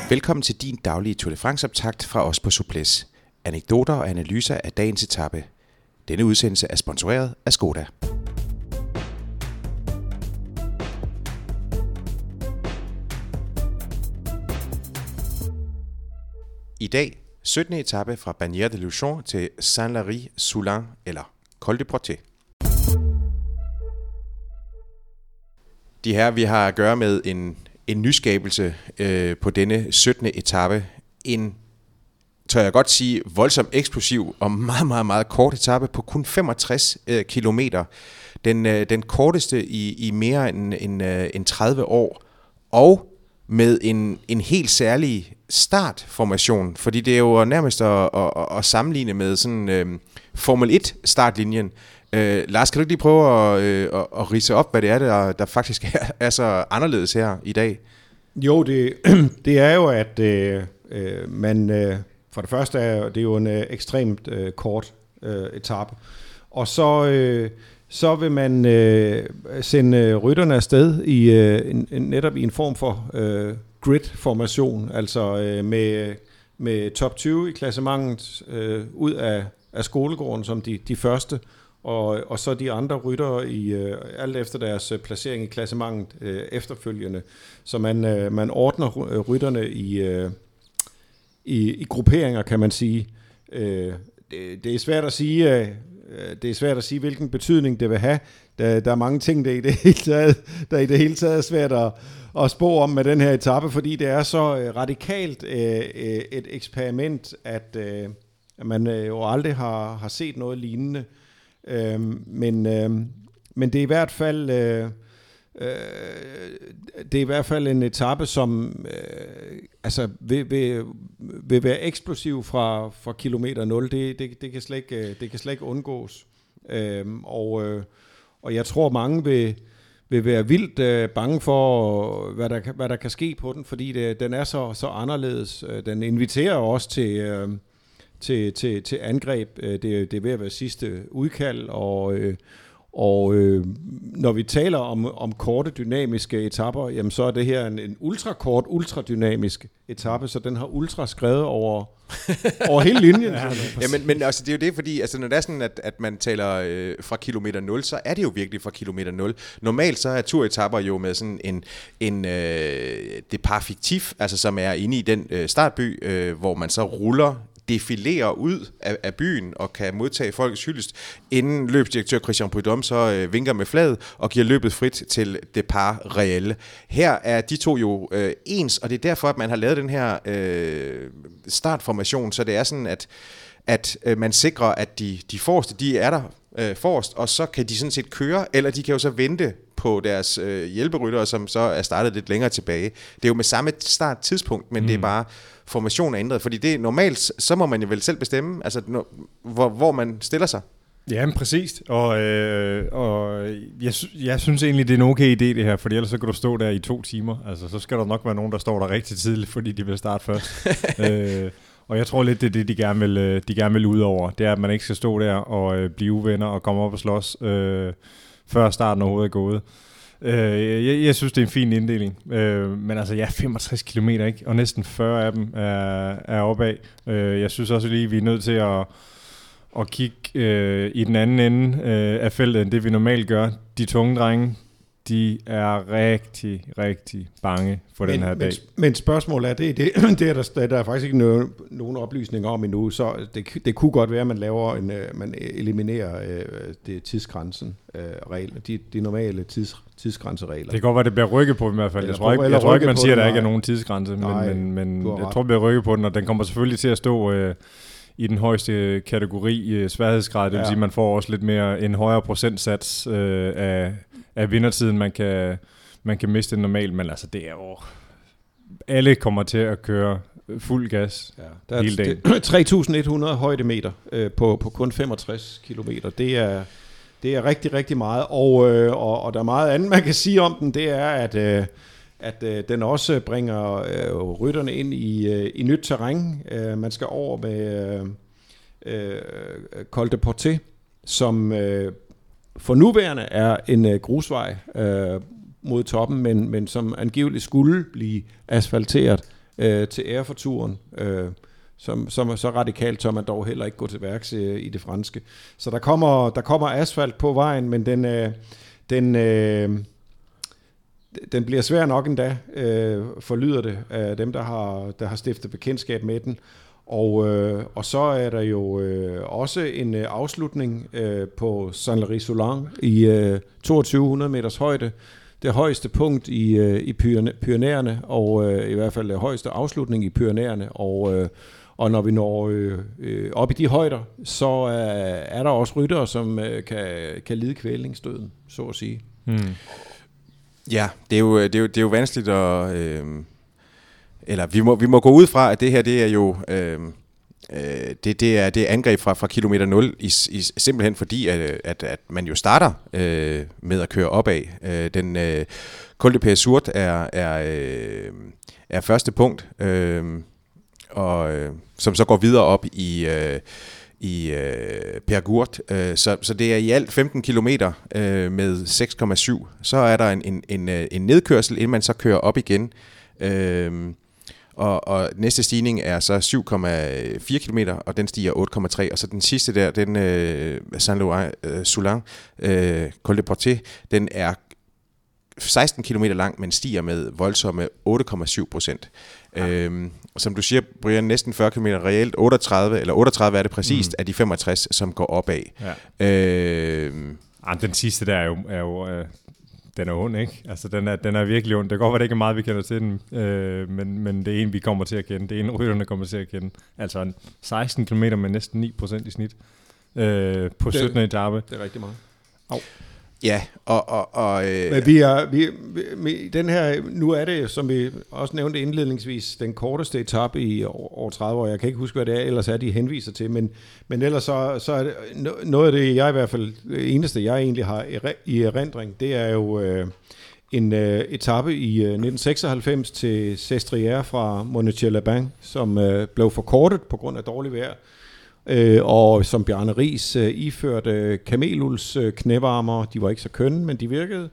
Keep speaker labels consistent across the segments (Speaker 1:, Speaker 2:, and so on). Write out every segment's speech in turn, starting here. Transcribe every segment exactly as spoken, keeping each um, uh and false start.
Speaker 1: Velkommen til din daglige Tour de France-optakt fra os på Souplesse. Anekdoter og analyser af dagens etape. Denne udsendelse er sponsoreret af Skoda. I dag syttende etape fra Bagnères de Luchon til Saint-Lary-Soulan eller Col du Portet. De her, vi har at gøre med en, en nyskabelse øh, på denne syttende etape. En, tør jeg godt sige, voldsomt eksplosiv og meget, meget, meget kort etape på kun femogtres øh, kilometer. Den, øh, den korteste i, i mere end, end, øh, end tredive år. Og med en, en helt særlig startformation, fordi det er jo nærmest at, at, at sammenligne med sådan øh, Formel et startlinjen. Øh, Lars, kan du ikke lige prøve at, øh, at, at ridse op, hvad det er, der, der faktisk er, er så anderledes her i dag?
Speaker 2: Jo, det, det er jo, at øh, man øh, for det første er det er jo en øh, ekstremt øh, kort øh, etape, og så øh, så vil man øh, sende rytterne afsted i øh, en, en, netop i en form for øh, grid-formation, altså øh, med, med top tyve i klassementet øh, ud af, af skolegården som de, de første, og, og så de andre ryttere i øh, alt efter deres øh, placering i klassementet øh, efterfølgende. Så man, øh, man ordner rytterne i, øh, i, i grupperinger, kan man sige. Øh, det, det er svært at sige... Øh, Det er svært at sige, hvilken betydning det vil have. Der, der er mange ting, der i det hele taget, der i det hele taget er svært at, at spå om med den her etape, fordi det er så radikalt øh, et eksperiment, at, øh, at man jo aldrig har, har set noget lignende. Øh, men, øh, men det er i hvert fald... Øh, det er i hvert fald en etape, som øh, altså vil, vil, vil være eksplosiv fra, fra kilometer nul. Det, det, det, kan slet ikke, det kan slet ikke undgås. Øhm, og, øh, og jeg tror, mange vil, vil være vildt øh, bange for, hvad der, hvad der kan ske på den, fordi det, den er så, så anderledes. Den inviterer også til, øh, til, til, til angreb. Det, det er ved at være sidste udkald, og øh, Og øh, når vi taler om, om korte, dynamiske etapper, jamen så er det her en, en ultrakort, ultradynamisk etape, så den har ultra skrevet over, over hele linjen.
Speaker 1: Ja, men, men altså, det er jo det, fordi altså, når det er sådan, at, at man taler øh, fra kilometer nul, så er det jo virkelig fra kilometer nul. Normalt så er turetapper jo med sådan en, en øh, départ fiktif, altså som er inde i den øh, startby, øh, hvor man så ruller defilerer ud af, af byen og kan modtage folkets hyldest, inden løbsdirektør Christian Prudhomme så øh, vinker med flaget og giver løbet frit til départ réel. Her er de to jo øh, ens, og det er derfor, at man har lavet den her øh, startformation, så det er sådan, at, at øh, man sikrer, at de, de forreste, de er der øh, forrest, og så kan de sådan set køre, eller de kan jo så vente på deres øh, hjælperyttere, som så er startet lidt længere tilbage. Det er jo med samme starttidspunkt, men mm. det er bare formationen er ændret, fordi det er normalt, så må man jo vel selv bestemme, altså når, hvor, hvor man stiller sig.
Speaker 3: Ja, men præcist, og, øh, og jeg, jeg synes egentlig, det er en okay idé det her, for ellers så kan du stå der i to timer, altså så skal der nok være nogen, der står der rigtig tidligt, fordi de vil starte først. øh, og jeg tror lidt, det er det, de gerne vil, de gerne vil ud over, det er, at man ikke skal stå der og øh, blive uvenner og komme op og slås, øh, før starten overhovedet er gået. Øh, jeg, jeg synes, det er en fin inddeling, øh, men altså ja, femogtres kilometer, ikke? Og næsten fyrre af dem er, er opad. Øh, jeg synes også lige, vi er nødt til at, at kigge øh, i den anden ende øh, af feltet, end det vi normalt gør. De tunge drenge, de er rigtig, rigtig bange for
Speaker 2: men,
Speaker 3: den her dag.
Speaker 2: Men, men spørgsmålet er, det, det, det er der, der er faktisk ikke nogen, nogen oplysninger om endnu, så det, det kunne godt være, at man laver en, man eliminerer øh, det tidsgrænsen øh, regler, de, de normale tids, tidsgrænseregler. Det
Speaker 3: kan godt være, det bliver rykket på i hvert fald. Jeg, jeg tror ikke, jeg tror ikke man siger, at der ikke er nogen tidsgrænse,
Speaker 2: nej,
Speaker 3: men, men, men jeg tror, det bliver rykket på den, og den kommer selvfølgelig til at stå øh, i den højeste kategori øh, sværhedsgrad. Det vil ja. sige, at man får også lidt mere en højere procentsats øh, af af vindertiden, man kan, man kan miste normalt, men altså det er jo... Alle kommer til at køre fuld gas ja, der hele dagen.
Speaker 2: Det, tre tusind et hundrede højdemeter øh, på, på kun femogtres kilometer, det er, det er rigtig, rigtig meget, og, øh, og, og der er meget andet, man kan sige om den, det er, at, øh, at øh, den også bringer øh, rytterne ind i, øh, i nyt terræn. Øh, man skal over med øh, øh, Col du Portet, som... Øh, for nuværende er en øh, grusvej øh, mod toppen, men, men som angiveligt skulle blive asfalteret øh, til ære for turen. Øh, som, som så radikalt tør man dog heller ikke gå til værks øh, i det franske. Så der kommer, der kommer asfalt på vejen, men den, øh, den, øh, den bliver svær nok endda, øh, forlyder det af dem, der har, der har stiftet bekendtskab med den. Og, øh, og så er der jo øh, også en øh, afslutning øh, på Saint-Lary-Soulan i øh, toogtyve hundrede meters højde. Det højeste punkt i, øh, i Pyrenæerne, og øh, i hvert fald det højeste afslutning i Pyrenæerne. Og, øh, og når vi når øh, øh, op i de højder, så øh, er der også ryttere, som øh, kan, kan lide kvælningsdøden, så at sige.
Speaker 3: Hmm.
Speaker 1: Ja, det er jo, det er jo, det er jo vanskeligt at... Øh Eller vi må, vi må gå ud fra, at det her, det er jo øh, øh, det, det, er, det er angreb fra, fra kilometer nul, i, i, simpelthen fordi, at, at, at man jo starter øh, med at køre opad. Øh, den øh, Col de Peyresourde er, er, øh, er første punkt, øh, og, øh, som så går videre op i... Øh, i øh, Peyregourde, øh, så, så det er i alt femten kilometer øh, med seks komma syv. Så er der en, en, en, en nedkørsel, inden man så kører op igen. Øh, og, og næste stigning er så syv komma fire kilometer, og den stiger otte komma tre. Og så den sidste der, den øh, Saint-Lary-Soulan, øh, Col de Portet, den er seksten kilometer lang, men stiger med voldsomme otte komma syv procent. Ja. Øhm, som du siger, Brian, næsten fyrre kilometer, reelt otteogtredive, eller otteogtredive er det præcist, mm. af de femogtres, som går opad.
Speaker 3: Ja.
Speaker 1: Øhm,
Speaker 3: ah, den sidste der er jo, er jo øh, den er ond, ikke? Altså, den er, den er virkelig ond. Det går godt være, det ikke er meget, vi kender til den, øh, men, men det er en, vi kommer til at kende. Det er en, rytterne kommer til at kende. Altså en seksten kilometer med næsten ni procent i snit øh, på syttende etape.
Speaker 2: Det er rigtig meget.
Speaker 1: Au. Ja, og... og, og øh,
Speaker 2: Men vi er, vi, vi, den her, nu er det, som vi også nævnte indledningsvis, den korteste etape i over tredive år. Jeg kan ikke huske, hvad det er, ellers er de henviser til, men, men ellers så, så er det noget af det, jeg i hvert fald, det eneste jeg egentlig har i erindring, det er jo øh, en øh, etape i øh, nitten seksoghalvfems til Sestriere fra Monétier-la-Bain, som øh, blev forkortet på grund af dårligt vejr. Øh, og som Bjarne Riis øh, iførte kameluls øh, knævarmer, de var ikke så kønne, men de virkede.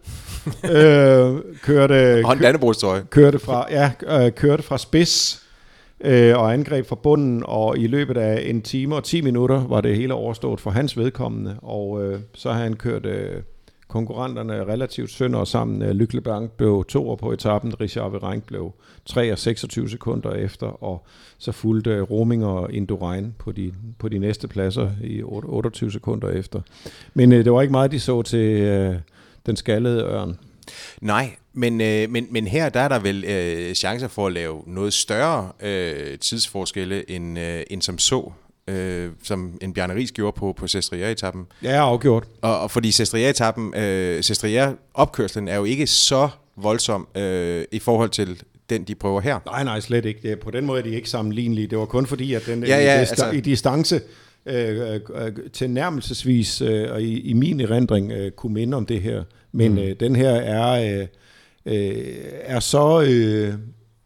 Speaker 2: øh, kørte,
Speaker 1: og en dannebrogstrøje.
Speaker 2: Kørte fra, ja, øh, kørte fra spids øh, og angreb fra bunden, og i løbet af en time og ti minutter var det hele overstået for hans vedkommende, og øh, så har han kørt øh, konkurrenterne relativt sønder sammen. Øh, Luc Leblanc blev toer på etappen, Richard Virenque blev tre og seksogtyve sekunder efter, og så fulgte Roming og Indurain på de, på de næste pladser i otteogtyve sekunder efter. Men øh, det var ikke meget, de så til øh, den skaldede ørn.
Speaker 1: Nej, men, øh, men, men her der er der vel øh, chancer for at lave noget større øh, tidsforskelle end, øh, end som så. Øh, som en Bjarne Riis gjorde på, på Sestriere-etappen.
Speaker 2: Ja, afgjort.
Speaker 1: Og, og fordi Sestriere-etappen, øh, Sestriere-opkørslen er jo ikke så voldsom øh, i forhold til den, de prøver her.
Speaker 2: Nej, nej, slet ikke. Det er, på den måde er de ikke sammenlignelige. Det var kun fordi, at den
Speaker 1: ja, ja,
Speaker 2: i,
Speaker 1: altså,
Speaker 2: i distance øh, øh, tilnærmelsesvis øh, og i, i min erindring øh, kunne minde om det her. Men mm. øh, den her er, øh, øh, er så øh,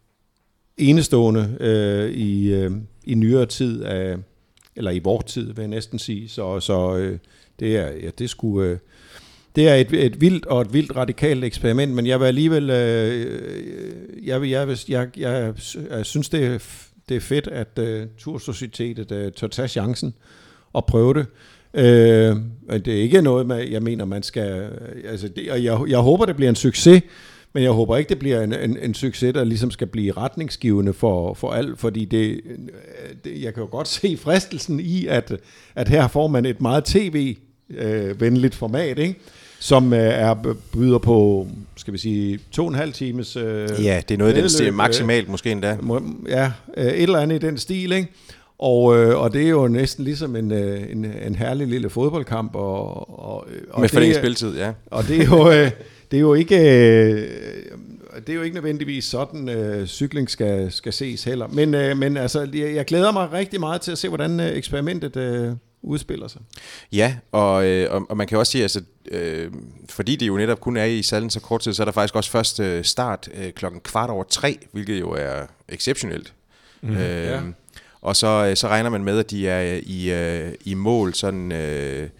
Speaker 2: enestående øh, i, øh, i nyere tid af eller i vores tid, vil jeg næsten sige. Så, så øh, det er, ja, det skulle, øh, det er et, et vildt og et vildt radikalt eksperiment, men jeg vil alligevel, øh, jeg, vil, jeg, vil, jeg, jeg, jeg synes, det er, det er fedt, at øh, Tursocietetet øh, tør tage chancen og prøve det. Øh, det er ikke noget, med, jeg mener, man skal, altså, det, og jeg, jeg håber, det bliver en succes, men jeg håber ikke, det bliver en, en, en succes, der ligesom skal blive retningsgivende for, for alt, fordi det, det, jeg kan jo godt se fristelsen i, at, at her får man et meget tv-venligt format, ikke? Som er byder på, skal vi sige, to og en halv times øh,
Speaker 1: ja, det er noget, den stiger maksimalt øh, måske endda.
Speaker 2: Ja, et eller andet i den stil, ikke? Og, øh, og det er jo næsten ligesom en, en, en herlig lille fodboldkamp. Og, og, og
Speaker 1: med forlænget spilletid, ja.
Speaker 2: Og det er jo... Øh, Det er jo ikke, øh, det er jo ikke nødvendigvis sådan, øh, cykling skal, skal ses heller. Men, øh, men altså, jeg, jeg glæder mig rigtig meget til at se, hvordan øh, eksperimentet øh, udspiller sig.
Speaker 1: Ja, og, øh, og, og man kan også sige, altså, øh, fordi det jo netop kun er i salen så kort tid, så er der faktisk også først øh, start øh, klokken kvart over tre, hvilket jo er exceptionelt. Mm, øh, ja. Og så, så regner man med, at de er i, øh, i mål sådan... Øh,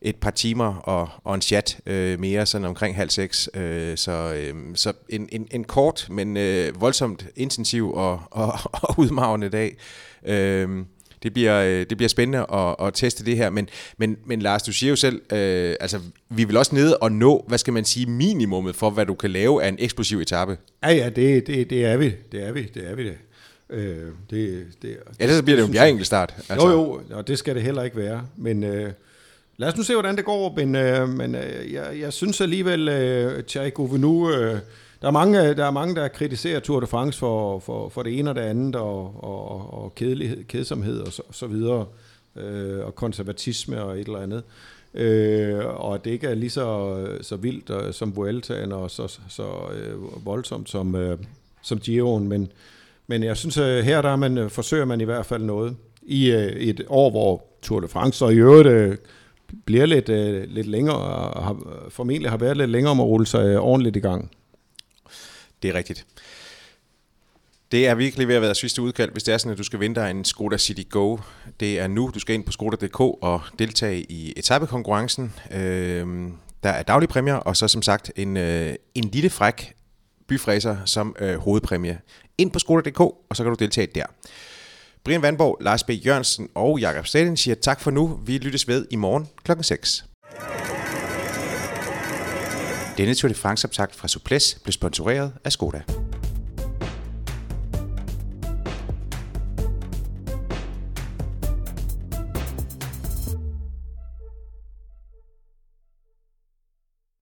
Speaker 1: et par timer og, og en chat øh, mere, sådan omkring halv seks. Øh, så øh, så en, en, en kort, men øh, voldsomt intensiv og, og, og udmarvende dag. Øh, Det bliver, det bliver spændende at, at teste det her, men, men, men Lars, du siger jo selv, øh, altså vi vil også ned og nå, hvad skal man sige, minimummet for, hvad du kan lave af en eksplosiv etape.
Speaker 2: Ja, ja, det, det, det er vi, det er vi, det er vi det. Øh, det, det
Speaker 1: Ellers så bliver det jo en bjergenkelstart.
Speaker 2: Altså. Jo, jo, og det skal det heller ikke være, men øh, lad os nu se, hvordan det går, men, øh, men øh, jeg, jeg synes alligevel, øh, Thierry Gouvenou, øh, Der er mange, der er mange, der kritiserer Tour de France for, for, for det ene og det andet, og, og, og kedelighed, kedsomhed og så, så videre, øh, og konservatisme og et eller andet. Øh, og det ikke er lige så, så vildt som Vueltaen og så, så øh, voldsomt som, øh, som Giroen, men, men jeg synes, at her der man, forsøger man i hvert fald noget i øh, et år, hvor Tour de France så i øvrigt øh, bliver lidt, øh, lidt længere, og har, formentlig har været lidt længere om at rulle sig ordentligt i gang.
Speaker 1: Det er rigtigt. Det er virkelig ved at være sidste udkald, hvis det er sådan, at du skal vinde dig en Skoda City Go. Det er nu, du skal ind på skoda punktum d k og deltage i etapekonkurrencen. Øh, der er daglige præmier, og så som sagt en, øh, en lille fræk byfræser som øh, hovedpræmie. Ind på skoda punktum d k, og så kan du deltage der. Brian Vandborg, Lars B. Jørgensen og Jakob Stadin siger tak for nu. Vi lyttes ved i morgen klokken seks. Denne Tour de France-optakt fra Souplesse blev sponsoreret af Skoda.